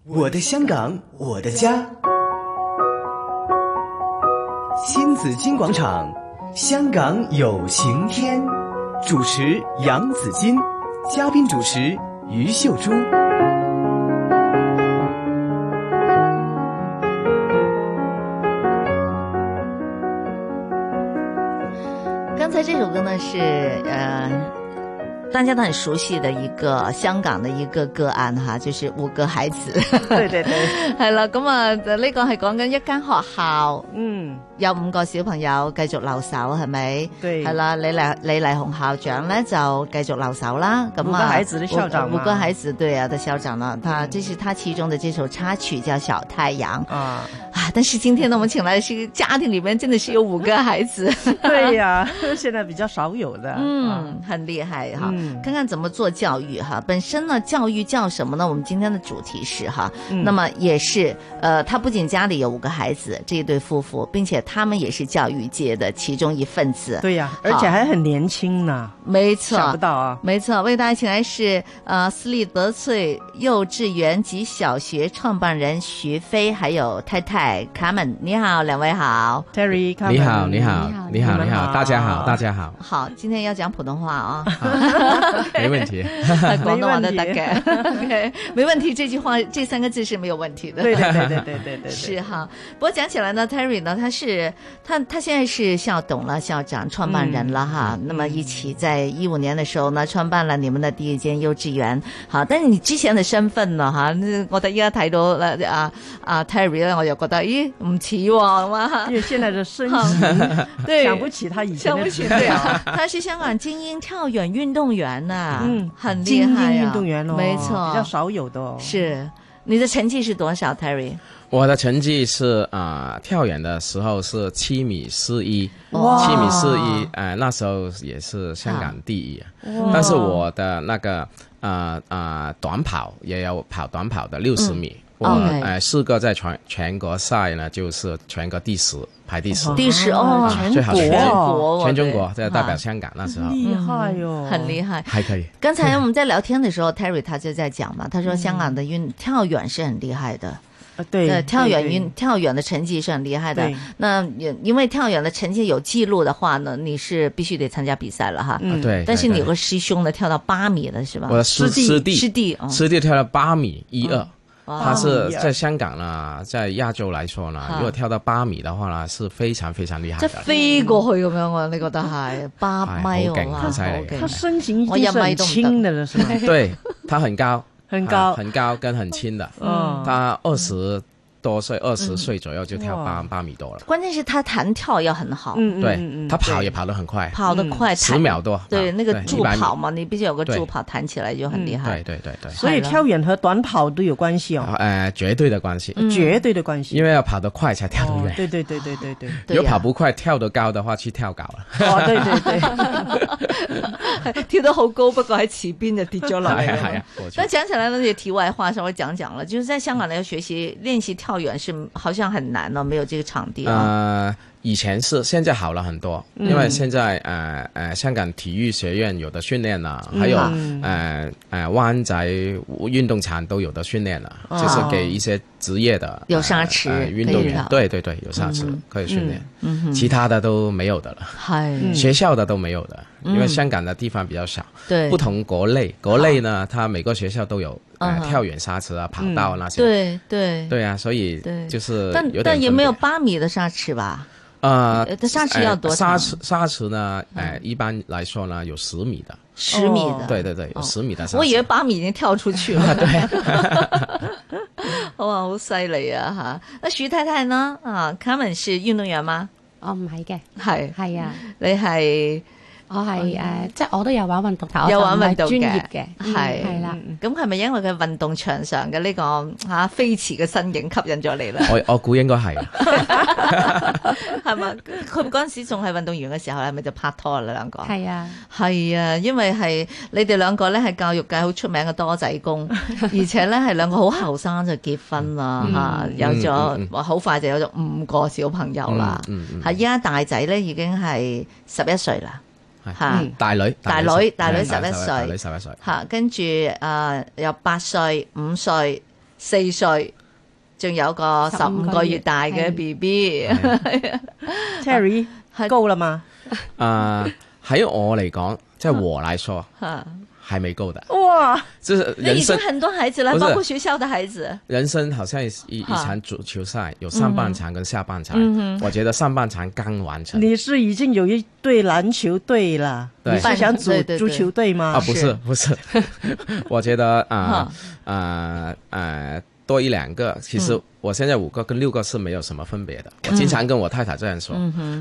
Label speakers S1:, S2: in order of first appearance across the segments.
S1: 我的香港，我的家。新紫金广场，香港有晴天。主持杨紫金，嘉宾主持于秀珠。
S2: 刚才这首歌呢是大家都很熟悉的一個香港的一個個案哈，就是5個孩子。
S3: 對對對，
S2: 係啦，咁啊呢個係講緊一間學校，有5個小朋友繼續留守，係咪？對，係啦，李麗紅校長咧就繼續留守啦。咁啊，5個孩子的校長嘛，5個孩子對啊的校長呢，這是他其中的這首插曲叫《小太陽》啊。但是今天呢，我們請來的是家庭裏面真的是有5個孩子。
S3: 對呀，現在比較少有的。
S2: 很厲害哈。看看怎麼做教育哈。本身呢，教育叫什麼呢？我們今天的主題是哈，那麼也是他不僅家裏有5個孩子，這一對夫婦，並且他們也是教育界的其中一份子。
S3: 對呀，而且還很年輕呢。
S2: 沒錯，
S3: 想不到啊。
S2: 沒錯，為大家請來是私立德萃幼稚園及小學創辦人徐飛，還有太太 Carmen。你好，兩位好。
S3: Terry Carmen。
S4: 你好，你好，你好，你好，大家好，大家好。
S2: 好，今天要講普通話啊。
S4: 沒問題，
S2: 廣東話都得嘅。OK， 沒問題，這句話這3個字是沒有問題的。
S3: 對對對對對對對，
S2: 是哈。不過講起來呢 ，Terry 呢，他現在是校董了，校長、創辦人了哈。那麼一起在15年的時候呢，創辦了你們的第1間幼稚園。好，但是你之前的身份呢，哈，我哋依家睇到Terry 咧，我又覺得咦唔似喎嘛。
S3: 因為現在的身形，對，想不起他以前的。想不起，對啊，
S2: 他是香港精英跳遠運動員呐，很厲害啊，
S3: 精英運動員哦，
S2: 沒錯，
S3: 比較少有的哦。
S2: 是，你的成績是多少 ，Terry？
S4: 我的成績是跳遠的時候是7.41米，7.41米，那時候也是香港第1。但是我的那個短跑也有跑短跑的60米。我4個在全國賽呢，就是全國第10，排第10。
S2: 第10哦，
S4: 全中國，這代表香港那時候。
S3: 厲害哦，
S2: 很厲害，
S4: 還可以。
S2: 剛才我們在聊天的時候，Terry 他就在講嘛，他說香港的跳遠是很厲害的。
S3: 對，
S2: 跳遠的成績是很厲害的。那因為跳遠的成績有記錄的話呢，你是必須得參加比賽了哈。
S4: 對。
S2: 但是你有個師兄呢，跳到8米了，是吧？
S4: 我的師弟跳到8.12米。他是在香港呢，在亞洲來說呢，如果跳到8米的話呢，是非常非常厲害的。
S2: 即係飛過去咁樣啊？你覺得係8米？
S4: 好勁，好犀利。
S3: 他身形已經是很輕的了，是嗎？
S4: 對，他很高，
S3: 很高，
S4: 很高跟很輕的。他20多歲，20歲左右就跳8米多了。
S2: 關鍵是他彈跳要很好，
S4: 對，他跑也跑得很快，
S2: 跑得快
S4: ，10秒多。
S2: 對，那個助跑嘛，你必須有個助跑，彈起來就很厲害。
S4: 對。
S3: 所以跳遠和短跑都有關係哦。
S4: 絕對的關係，
S3: 絕對的關係。
S4: 因為要跑得快才跳得遠。
S3: 對。
S4: 如果跑不快，跳得高的話，去跳高了。
S2: 對，跳得好高，不過喺池邊就跌咗落嚟。
S4: 係啊。
S2: 但講起來呢，這題外話稍微講了，就是在香港呢要學習練習跳遠是好像很難哦，沒有這個場地啊。
S4: 以前是，現在好了很多，因為現在香港體育學院有的訓練啦，還有灣仔運動場都有的訓練啦，就是給一些職業的
S2: 有沙池
S4: 運動員，對，有沙池可以訓練，其他的都沒有的了，學校的都沒有的，因為香港的地方比較小，不同國內呢，它每個學校都有跳遠沙池啊、跑道那些，對啊，所以就是
S2: 但也沒有8米的沙池吧？沙池要多長？
S4: 沙池呢？一般來說呢，有10米的。
S2: 10米的。
S4: 對，有10米的沙池。
S2: 我以為8米已經跳出去了。
S4: 對。
S2: 哇，好犀利啊！哈，那徐太太呢？Carmen 是運動員嗎？
S5: 我唔係嘅。
S2: 係
S5: 啊。
S2: 你係？
S5: 我係即係我都有玩運動，但我
S2: 有玩運動
S5: 專業嘅，
S2: 係啦。咁係咪因為佢運動場上嘅呢個飛馳嘅身影吸引咗你咧？
S4: 我估應該係。
S2: 係嘛？佢嗰陣時仲係運動員嘅時候，係咪就拍拖啦兩個？
S5: 係啊，
S2: 因為係你哋兩個咧係教育界好出名嘅多仔公，而且咧係兩個好後生就結婚啦有咗好快就有咗5個小朋友啦。係依家大仔咧已經係11歲啦。
S4: 大女
S2: 11歲，
S4: 11歲
S2: 跟住有8歲、5歲、 4歲，仲有個15個月大嘅 BB。
S3: Terry 高啦嘛？
S4: 喺我嚟講，即係我來說，還沒夠的。
S3: 哇！
S4: 就是人生，
S2: 已經很多孩子了，包括學校的孩子。
S4: 人生好像一場足球賽，有上半場跟下半場。我覺得上半場剛完成。
S3: 你是已經有一隊籃球隊了？你是想組足球隊嗎？
S4: 啊，不是，我覺得多一兩個，其實我現在5個跟6個是沒有什麼分別的。我經常跟我太太這樣說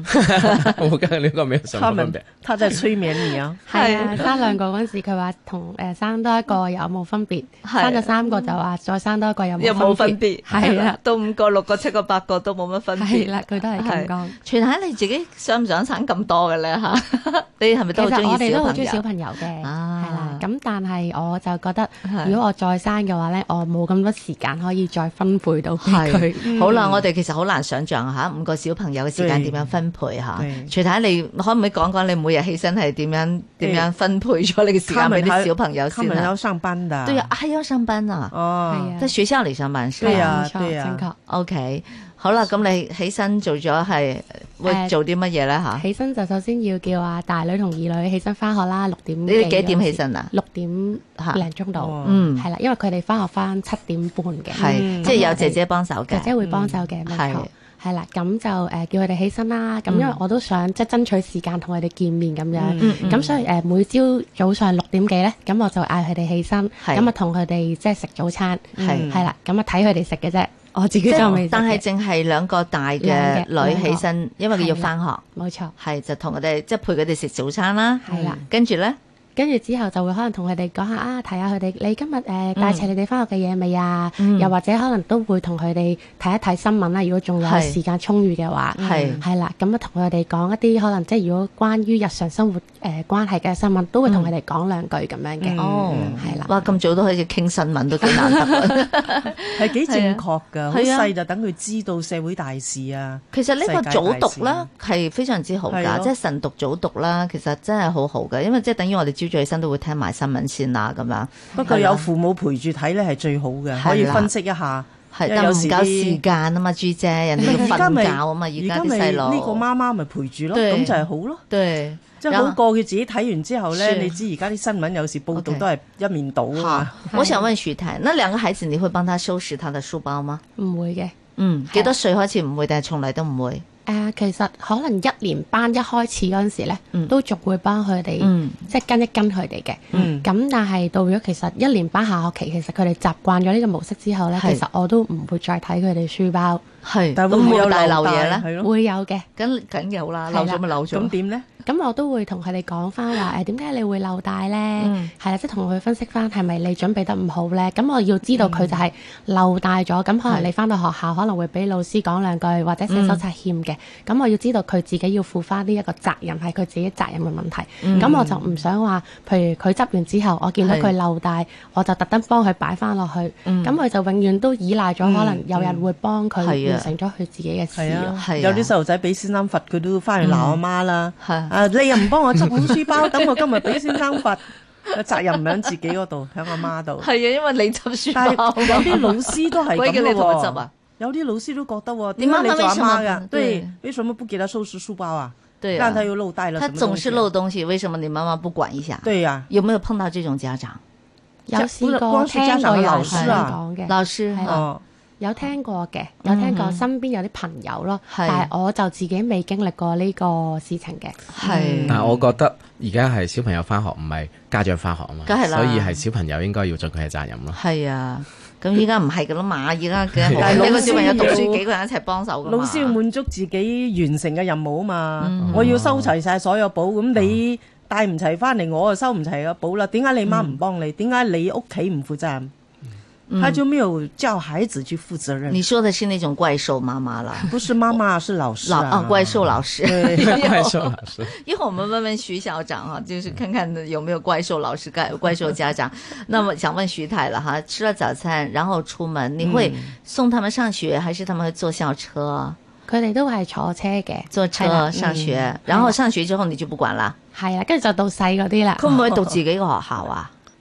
S4: ，5個跟6個沒有什麼分別。
S3: 他在催眠你啊？
S5: 係啊，生2個嗰陣時佢話同生多一個有冇分別，生咗3個就話再生多一個有冇分別。係啊，
S2: 到5個、6個、7個、8個都冇乜分別。
S5: 係啦，佢都係咁講。徐
S2: 太你自己想唔想生咁多嘅咧嚇？你係咪都好中意小朋友？其實我哋都好中意小朋友嘅，係啦。咁但係我就覺得，如果我再生嘅話咧，我冇咁多時間可以再分配到俾佢。 好啦，我哋其實好難想象下5個小朋友嘅時間點樣分配嚇。徐太，你可唔可以講講你每日起身係點樣分配咗你嘅時間俾啲小朋友先啊？
S3: 他們要上班的。
S2: 對啊，還要上班啊。哦，係啊，在學校裏上班是。
S3: 對啊，
S5: 對啊，正確。
S2: OK，好啦，咁你起身做咗係會做啲乜嘢咧嚇？
S5: 起身就首先要叫大女同二女起身翻學啦，6點。
S2: 你哋幾點起身啊？
S5: 6點零鐘度。係啦，因為佢哋翻學翻7點半嘅。
S2: 係，即係有姐姐幫手嘅。
S5: 姐姐會幫手嘅，冇錯。係啦，咁就叫佢哋起身啦。咁因為我都想即係爭取時間同佢哋見面咁樣。咁所以每朝早上6點幾咧，咁我就嗌佢哋起身，咁啊同佢哋即係食早餐。係啦，咁啊睇佢哋食嘅啫。我自己就未食。
S2: 但係淨係2個大嘅女起身，因為佢要翻學。
S5: 冇錯。
S2: 係就同佢哋即係陪佢哋食早餐啦。
S5: 係啦，
S2: 跟住咧。
S5: 跟住之後就會可能同佢哋講下啊，睇下佢哋你今日帶齊你哋翻學嘅嘢未啊？又或者可能都會同佢哋睇一睇新聞啦。如果仲有時間充裕嘅話，係啦，咁啊同佢哋講一啲可能即係如果關於日常生活關係嘅新聞，都會同佢哋講2句咁樣嘅。哦，係啦。哇，咁早都開始傾新聞都幾難得，
S3: 係幾正確㗎。好細就等佢知道社會大事啊。
S2: 其實呢個早讀啦係非常之好㗎，即係晨讀早讀啦，其實真係好好嘅，因為即係等於我哋朝早起身都會聽埋新聞先啦，咁樣。
S3: 不過有父母陪住睇咧係最好嘅，可以分析一下。
S2: 係，但唔夠時間啊嘛，朱姐，人哋要瞓覺啊嘛，而家啲細路。
S3: 呢個媽媽咪陪住咯，咁就係好咯。
S2: 對，
S3: 即係好過佢自己睇完之後咧，你知而家啲新聞有時報道都係一面倒啊嘛。
S2: 我想問徐太，那2個孩子你會幫他收拾他的書包嗎？
S5: 唔會嘅。
S2: 幾多歲開始唔會，定係從來都唔會？
S5: 其實可能1年班一開始嗰陣時咧，都仲會幫佢哋，即係跟一跟佢哋嘅。咁但係到咗其實1年班下學期，其實佢哋習慣咗呢個模式之後咧，其實我都唔會再睇佢哋書包。
S2: 係，但會唔會有大漏嘢咧？
S5: 會有嘅，
S2: 梗嘅好啦，漏咗咪漏咗。
S3: 咁點咧？
S5: 咁我都會同佢哋講翻話點解你會漏帶咧？係啦，即係同佢分析翻係咪你準備得唔好咧？咁我要知道佢就係漏帶咗，咁可能你翻到學校可能會俾老師講2句，或者寫手冊欠嘅。咁我要知道佢自己要負翻呢一個責任，係佢自己責任嘅問題。咁我就唔想話，譬如佢執完之後，我見到佢漏帶，我就特登幫佢擺翻落去。咁佢就永遠都依賴咗，可能有人會幫佢完成咗佢自己嘅事。
S3: 有啲細路仔俾先生罰，佢都翻去鬧阿媽啦。你又唔幫我執好書包，等我今日俾先生罰，責任唔喺自己嗰度，喺阿媽度。
S2: 係啊，因為你執書包。
S3: 有啲老師都係咁嘅
S2: 喎。
S3: 有啲老師都覺得喎，點解你做阿媽㗎？對，為什麼不給他收拾書包啊？
S2: 對，
S3: 讓他又漏帶了。
S2: 他總是漏東西，為什麼你媽媽不管一下？
S3: 對呀，
S2: 有沒有碰到這種家長？
S5: 有試過聽過
S3: 老師啊，
S2: 老師係。
S5: 有聽過嘅，有聽過身邊有啲朋友咯，但係我就自己未經歷過呢個事情嘅。
S2: 係，
S4: 但係我覺得而家係小朋友翻學，唔係家長翻學啊嘛，
S2: 梗係啦，
S4: 所以係小朋友應該要盡佢嘅責任咯。
S2: 係啊，咁依家唔係噶啦嘛，依家嘅一個小朋友讀書幾個人一齊幫手噶嘛。
S3: 老師要滿足自己完成嘅任務啊嘛，我要收齊晒所有簿，咁你帶唔齊翻嚟，我就收唔齊個簿啦。點解你媽唔幫你？點解你屋企唔負責任？他就沒有教孩子去負責任。
S2: 你說的是那種怪獸媽媽啦？
S3: 不是媽媽，是老師
S2: 怪獸老師。
S4: 怪獸老師。
S2: 一會兒我們問問徐校長啊，就是看看有沒有怪獸老師、怪獸家長。那麼想問徐太了哈，吃了早餐然後出門，你會送他們上學，還是他們會坐校車？
S5: 佢哋都係坐車嘅，
S2: 坐車上學，然後上學之後你就不管啦。
S5: 係啦，跟住就到細嗰啲啦。
S2: 佢唔會讀自己個學校啊？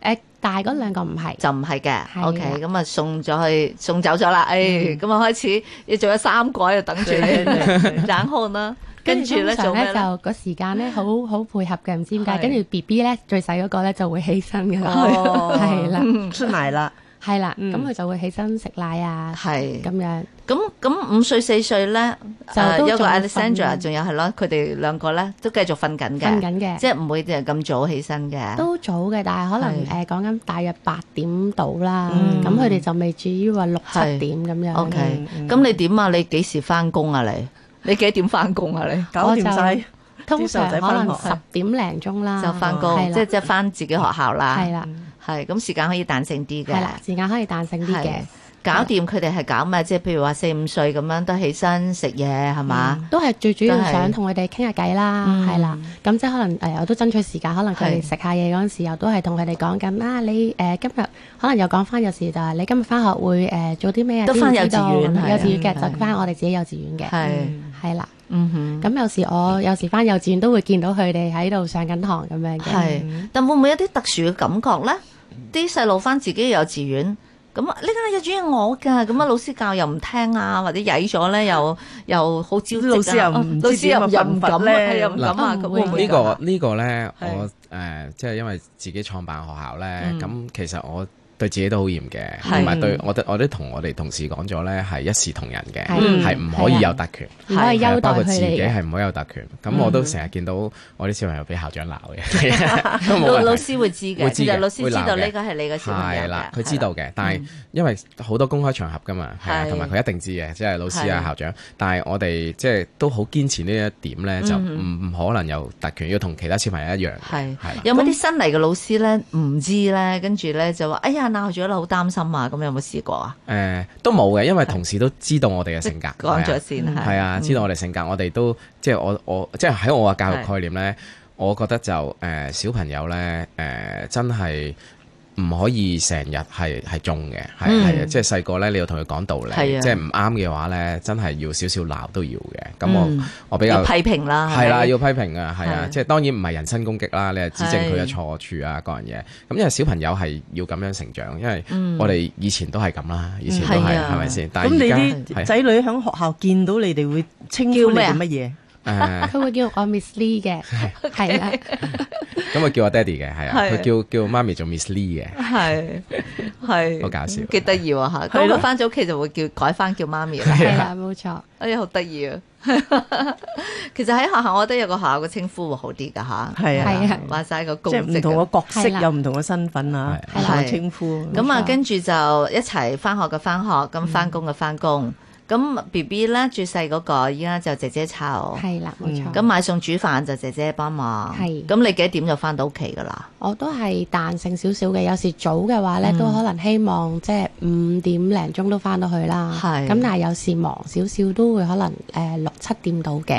S5: 大嗰兩個唔係，
S2: 就唔係嘅。OK， 咁啊送走咗啦。咁啊開始要做咗3個喺度等住你，然後呢？跟住咧做咩咧？就
S5: 個時間咧好配合嘅，唔知點解。跟住 BB 咧最細嗰個咧就會起身㗎啦，係啦，
S3: 出奶啦，
S5: 係啦，咁佢就會起身食奶啊，係咁樣。
S2: 咁5歲4歲咧，就有個 Alexandra， 仲有係咯，佢哋兩個咧都繼續瞓緊嘅，即係唔會咁早起身嘅。
S5: 都早嘅，但係可能講緊大約8點到啦，咁佢哋就未至於話6、7點咁樣。
S2: OK，咁你點啊？你幾時翻工啊？你幾點翻工啊？你
S3: 搞掂晒，
S5: 通常可能10點零鐘啦
S2: 就翻工，即係翻自己學校啦。
S5: 係啦，
S2: 係咁時間可以彈性啲嘅。
S5: 係啦，時間可以彈性啲嘅。
S2: 搞掂佢哋係搞咩？即係譬如話4、5歲咁樣都起身食嘢係嘛？
S5: 都係最主要想同佢哋傾下偈啦，係啦。咁即係可能我都爭取時間，可能佢哋食下嘢嗰陣時候都係同佢哋講緊啊，你今日可能又講翻有時就係你今日翻學會做啲咩啊？
S2: 都翻幼稚園，
S5: 幼稚園嘅就翻我哋自己幼稚園嘅，係啦。咁有時翻幼稚園都會見到佢哋喺度上緊堂咁樣嘅。
S2: 係，但會唔會有啲特殊嘅感覺咧？啲細路翻自己幼稚園。咁呢間幼稚園我㗎，咁啊老師教又唔聽啊，或者曳咗咧，又好招積啊，老師又唔敢咧，又唔敢啊，咁
S4: 呢個咧，我即係因為自己創辦學校咧，咁其實我對自己都好嚴嘅，同埋對我都同我哋同事講咗咧，係一視同仁嘅，係唔可以有特權，包括自己係唔可以有特權。咁我都成日見到我啲小朋友俾校長鬧嘅，
S2: 老師會知嘅，其實老師知道呢個係你嘅小朋友嘅，
S4: 係啦，佢知道嘅。但係因為好多公開場合㗎嘛，同埋佢一定知嘅，即係老師啊、校長。但係我哋即係都好堅持呢一點咧，就唔可能有特權，要同其他小朋友一樣。係
S2: 有冇啲新嚟嘅老師咧唔知咧，跟住咧就話哎呀鬧咗啦，好擔心啊！咁有冇試過啊？
S4: 都冇嘅，因為同事都知道我哋嘅性格。
S2: 講咗先
S4: 係啊，知道我哋性格，我哋都即係我即係喺我嘅教育概念咧，我覺得就小朋友咧真係唔可以成日係縱嘅，係啊，即係細個咧你要同佢講道理，即係唔啱嘅話咧，真係要少少鬧都要嘅。咁我比較
S2: 批評啦，
S4: 係啦，要批評啊，係啊，即係當然唔係人身攻擊啦，你係指正佢嘅錯處啊，各樣嘢。咁因為小朋友係要咁樣成長，因為我哋以前都係咁啦，以前都係咪先？但係而家
S3: 咁你啲仔女喺學校見到你哋會稱呼你乜嘢？
S5: 佢會叫我 Miss Lee 嘅，係啦。
S4: 咁佢叫我爹哋嘅，係啊。佢叫媽咪做 Miss Lee 嘅，
S2: 係
S4: 好搞笑，
S2: 幾得意啊嚇！咁佢翻咗屋企就會改翻叫媽咪啦，
S5: 係啦，冇錯。
S2: 哎呀，好得意啊！其實喺學校，我覺得有個學校嘅稱呼會好啲㗎嚇。
S3: 係啊，
S2: 話晒個公職，
S3: 即係唔同嘅角色有唔同嘅身份啊，係稱呼。
S2: 咁啊，跟住就一齊翻學嘅翻學，咁翻工嘅翻工。咁 BB 咧最細嗰個依家就姐姐湊，
S5: 係啦，冇錯。
S2: 咁買餸煮飯就姐姐幫忙，係。咁你幾點就翻到屋企噶啦？我都係彈性少少嘅，有時早嘅話咧，都可能希望即係5點零鐘都翻到去啦。係。咁但係有時忙少少都會可能6、7點到嘅。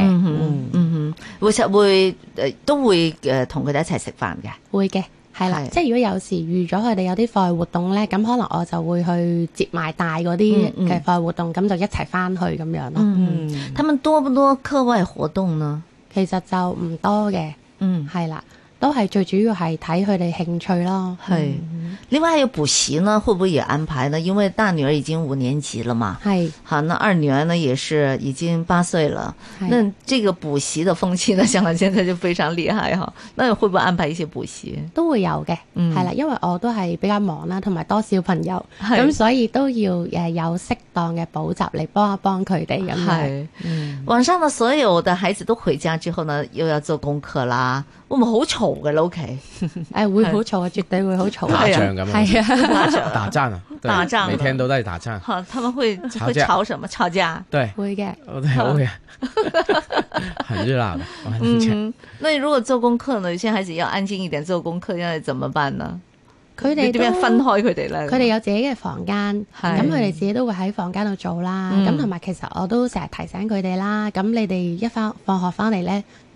S2: 會都會同佢哋一齊食飯嘅。會嘅。係啦，即係如果有時預咗佢哋有啲課外活動咧，咁可能我就會去接埋大嗰啲嘅課外活動，咁就一齊翻去咁樣咯。 他們多不多課外活動呢？
S5: 其實就唔多嘅，係啦，都係最主要係睇佢哋興趣咯。係。
S2: 另外還有補習呢，會不會也安排呢？因為大女兒已經5年級了嘛。係。好，那二女兒呢也是已經8歲了。那這個補習的風氣呢，香港現在就非常厲害哈。那會不會安排一些補習？都會有嘅，係啦，因為我都係比較忙啦，同埋多小朋友，咁所以都要有適當嘅補習嚟幫一幫佢哋咁樣。晚上呢，所有的孩子都回家之後呢，又要做功課啦。會唔會好嘈嘅屋企？會好嘈啊，絕對會好嘈。
S4: 打仗咁啊，
S2: 係
S4: 啊，打仗啊，
S2: 打仗，
S4: 每天都在打仗。
S2: 好，他們會吵什麼？吵架？
S4: 對，
S5: 會嘅，
S4: 會，很熱鬧的。
S2: 那你如果做功課呢？有些孩子要安靜一點做功課，要怎麼辦呢？佢哋點樣分開佢哋咧？佢哋有自己嘅房間，咁佢哋自己都會喺房間度做啦。咁同埋其實我都成日提醒佢哋啦。咁你哋一放學翻嚟咧，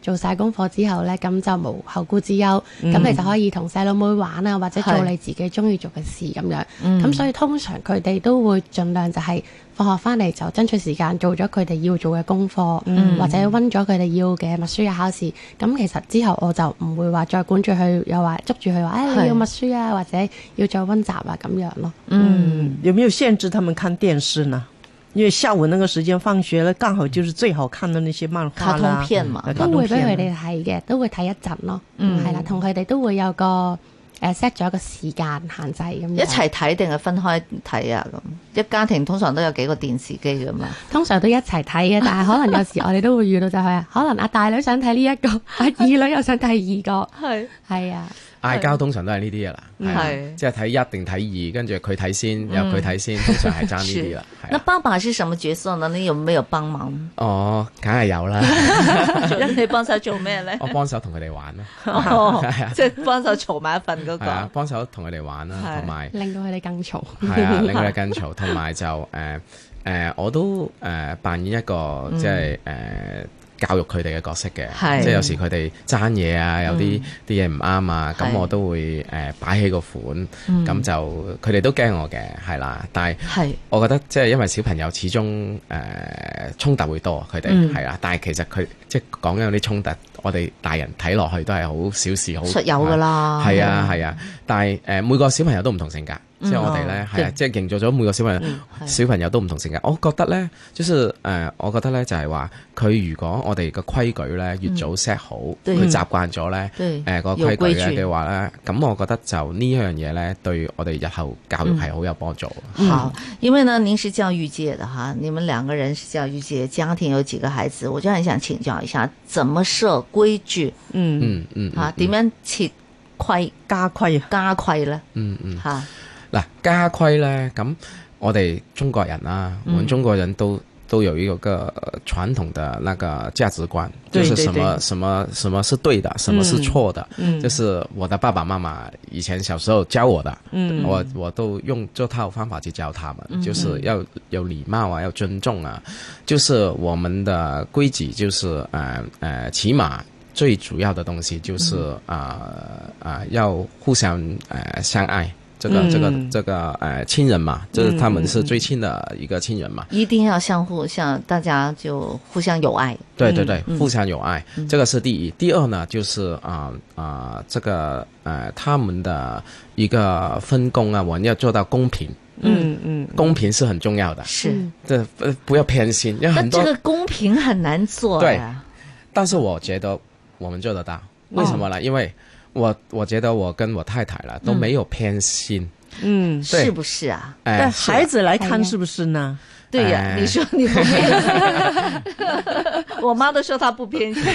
S5: 做晒功課之後咧，咁就無後顧之憂，咁你就可以同細佬妹玩啊，或者做你自己中意做嘅事咁樣。咁所以通常佢哋都會盡量就係放學翻嚟就爭取時間做咗佢哋要做嘅功課，或者溫咗佢哋要嘅默書啊考試。咁其實之後我就唔會話再管住佢，又話捉住佢話，你要默書啊，或者要再溫習啊咁樣咯。
S3: 有沒有限制他們看電視呢？因為下午那個時間放學咧，剛好就是最好看的那些漫畫啦、
S2: 卡通片嘛，
S5: 都會俾佢哋睇嘅，都會睇一陣咯。係啦，同佢哋都會有個set 咗一個時間限制咁樣。
S2: 一齊睇定係分開睇啊？咁一家庭通常都有幾個電視機噶嘛？
S5: 通常都一齊睇嘅，但係可能有時我哋都會遇到就係，可能阿大女想睇呢一個，阿二女又想睇二個，係啊。
S4: 嗌交通常都係呢啲嘅啦，係即係睇一定睇二，跟住佢睇先，由佢睇先，通常係爭呢啲啦。
S2: 那爸爸是什麼角色呢？你有沒有幫忙？
S4: 哦，梗係有啦。
S2: 你幫手做咩咧？
S4: 我幫手同佢哋玩咯，
S2: 即係幫手嘈埋一份嗰個。係啊，
S4: 幫手同佢哋玩啦，同埋
S5: 令到佢哋更嘈。
S4: 係啊，令佢哋更嘈，同埋就我都扮演一個即係教育佢哋嘅角色嘅，即係有時佢哋爭嘢啊，有啲嘢唔啱啊，咁我都會擺起個款，咁就佢哋都驚我嘅，係啦。但係我覺得即係因為小朋友始終衝突會多，佢哋係啦。但係其實佢即係講緊有啲衝突，我哋大人睇落去都係好小事，好
S2: 實有㗎啦。係啊
S4: 係啊，但係每個小朋友都唔同性格。即係我哋咧，係啊，即係營造咗每個小朋友都唔同性格。我覺得咧，就是我覺得咧就係話，佢如果我哋個規矩咧越早 set 好，佢習慣咗咧，個規矩嘅話咧，咁我覺得就呢樣嘢咧，對我哋日後教育係好有幫助。
S2: 好，因為呢，您是教育界的哈，你們兩個人是教育界，家庭有幾個孩子，我就很想請教一下，怎麼設規矩？嚇點樣設規
S3: 家規
S2: 咧？嚇。
S4: 嗱，家規咧，咁我哋中國人啊，我們中國人都有一個傳統的那個價值觀，就是什麼是對的，什麼是錯的，就是我的爸爸媽媽以前小時候教我的，我都用這套方法去教他們，就是要有禮貌啊，要尊重啊，就是我們的規矩就是起碼最主要的東西就是要互相相愛。這個親人嘛，就是他們是最親的一個親人嘛，
S2: 一定要像大家就互相有愛。
S4: 對，互相有愛，這個是第一。第二呢，就是這個他們的一個分工啊，我們要做到公平。公平是很重要的。是，這不要偏心，因為很多。
S2: 但這個公平很難做。對，
S4: 但是我覺得我們做得到。為什麼呢？因為我覺得我跟我太太啦都沒有偏心，
S2: 是不是啊？
S3: 但孩子來看是不是呢？
S2: 對呀，你說你不偏心，我媽都說她不偏心。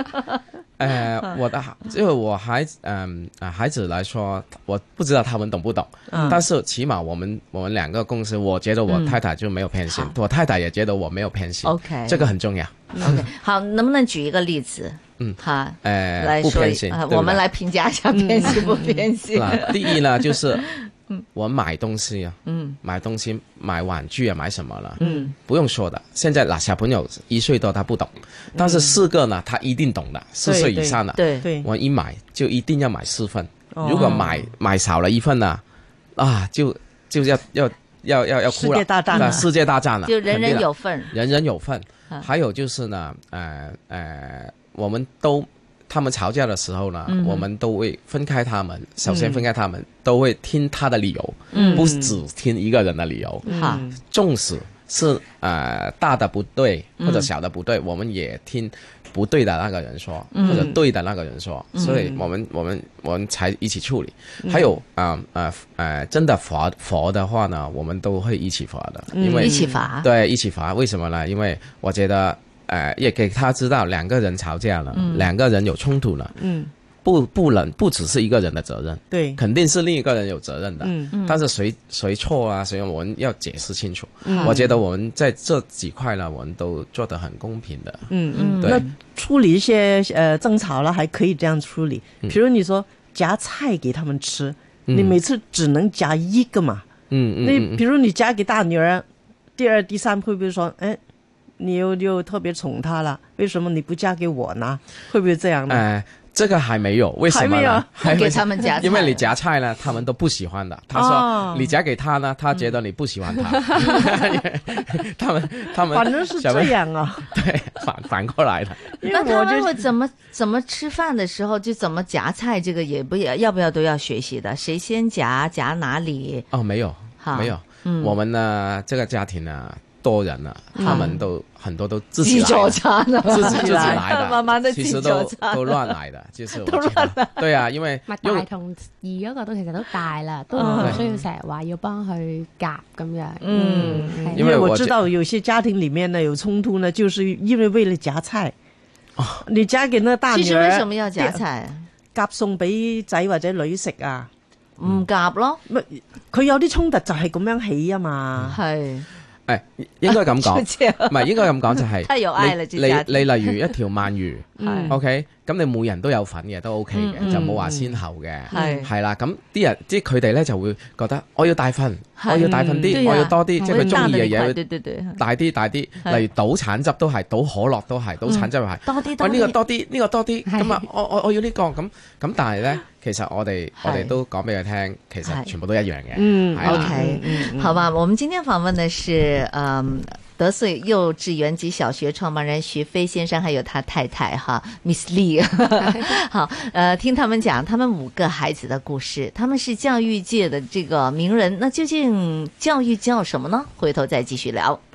S4: 因為我孩子來說，我不知道他們懂不懂，但是起碼我們兩個公司，我覺得我太太就沒有偏心，我太太也覺得我沒有偏心。OK，這個很重要。
S2: OK，好，能不能舉一個例子？好，來
S4: 不偏心，
S2: 我們來評價一下偏心不偏心。
S4: 第一呢，就是我買東西啊，買東西買玩具啊，買什麼了，不用說的。現在小朋友1歲多他不懂，但是4個呢，他一定懂的，4歲以上的，對，我一買就一定要買4份，如果買少了1份呢，就要哭了，世界大戰了，
S2: 就人人有份，
S4: 人人有份。還有就是呢，他們吵架的時候呢，我們都會分開他們，首先分開他們，都會聽他的理由，不只聽一個人的理由。縱使是大的不對或者小的不對，我們也聽不對的那個人說，或者對的那個人說，所以我們才一起處理。還有真的罰的話呢，我們都會一起罰的，因為一起罰，對，一起罰。為什麼呢？因為我覺得也給他知道兩個人吵架了，兩個人有衝突了，不只是一個人的責任，對，肯定是另一個人有責任的，但是誰錯啊？所以我們要解釋清楚。我覺得我們在這幾塊呢，我們都做得很公平的。對。
S3: 那處理一些爭吵了，還可以這樣處理。譬如你說夾菜給他們吃，你每次只能夾一個嘛。那譬如你夾給大女兒，第二、第三會不會說， 你又特別寵他了，為什麼你不嫁給我呢？會不會這樣呢？
S4: 這個還沒有，為什麼呢？
S2: 還給他們夾菜，
S4: 因為你夾菜呢，他們都不喜歡的。他說你夾給他呢，他覺得你不喜歡他。他們
S3: 反正是這樣啊。
S4: 對，反過來的。
S2: 那他們會怎麼吃飯的時候就怎麼夾菜？這個也要不要都要學習的？誰先夾哪裡？
S4: 哦，沒有，沒有。我們呢，這個家庭呢，多人啊，他們都很多都自己做餐啊，自己來的，
S2: 慢慢的
S4: 其實都亂來的，就是我覺得對啊，因為
S5: 大同二嗰個都其實都大啦，都唔需要成日話要幫佢夾咁樣。
S3: 因為我知道有些家庭裡面呢有衝突呢，就是因為為了夾菜。你夾給那大女兒，
S2: 其實為什麼要夾菜？
S3: 夾餸俾仔或者女食啊？
S2: 唔夾咯，
S3: 佢有啲衝突就係咁樣起啊嘛。
S2: 係。
S4: 誒，應該咁講，唔係應該咁講就係你例如一條鰻魚，OK，咁你每人都有份嘅，都 OK 嘅，就冇話先後嘅，係啦。咁啲人即係佢哋咧就會覺得我要大份，我要大份啲，我要多啲，即係佢中意嘅嘢大啲。例如倒橙汁都係，倒可樂都係，倒橙汁又係
S2: 多啲，
S4: 呢個多啲，呢個多啲，咁啊，我要呢個咁，但係咧。其實我哋都講俾佢聽，其實全部都一樣嘅。
S2: OK，好吧，我們今天訪問的是德穗幼稚園及小學創辦人徐飛先生，還有他太太哈 Miss Lee。好，聽他們講他們5個孩子的故事，他們是教育界的這個名人，那究竟教育叫什麼呢？回頭再繼續聊。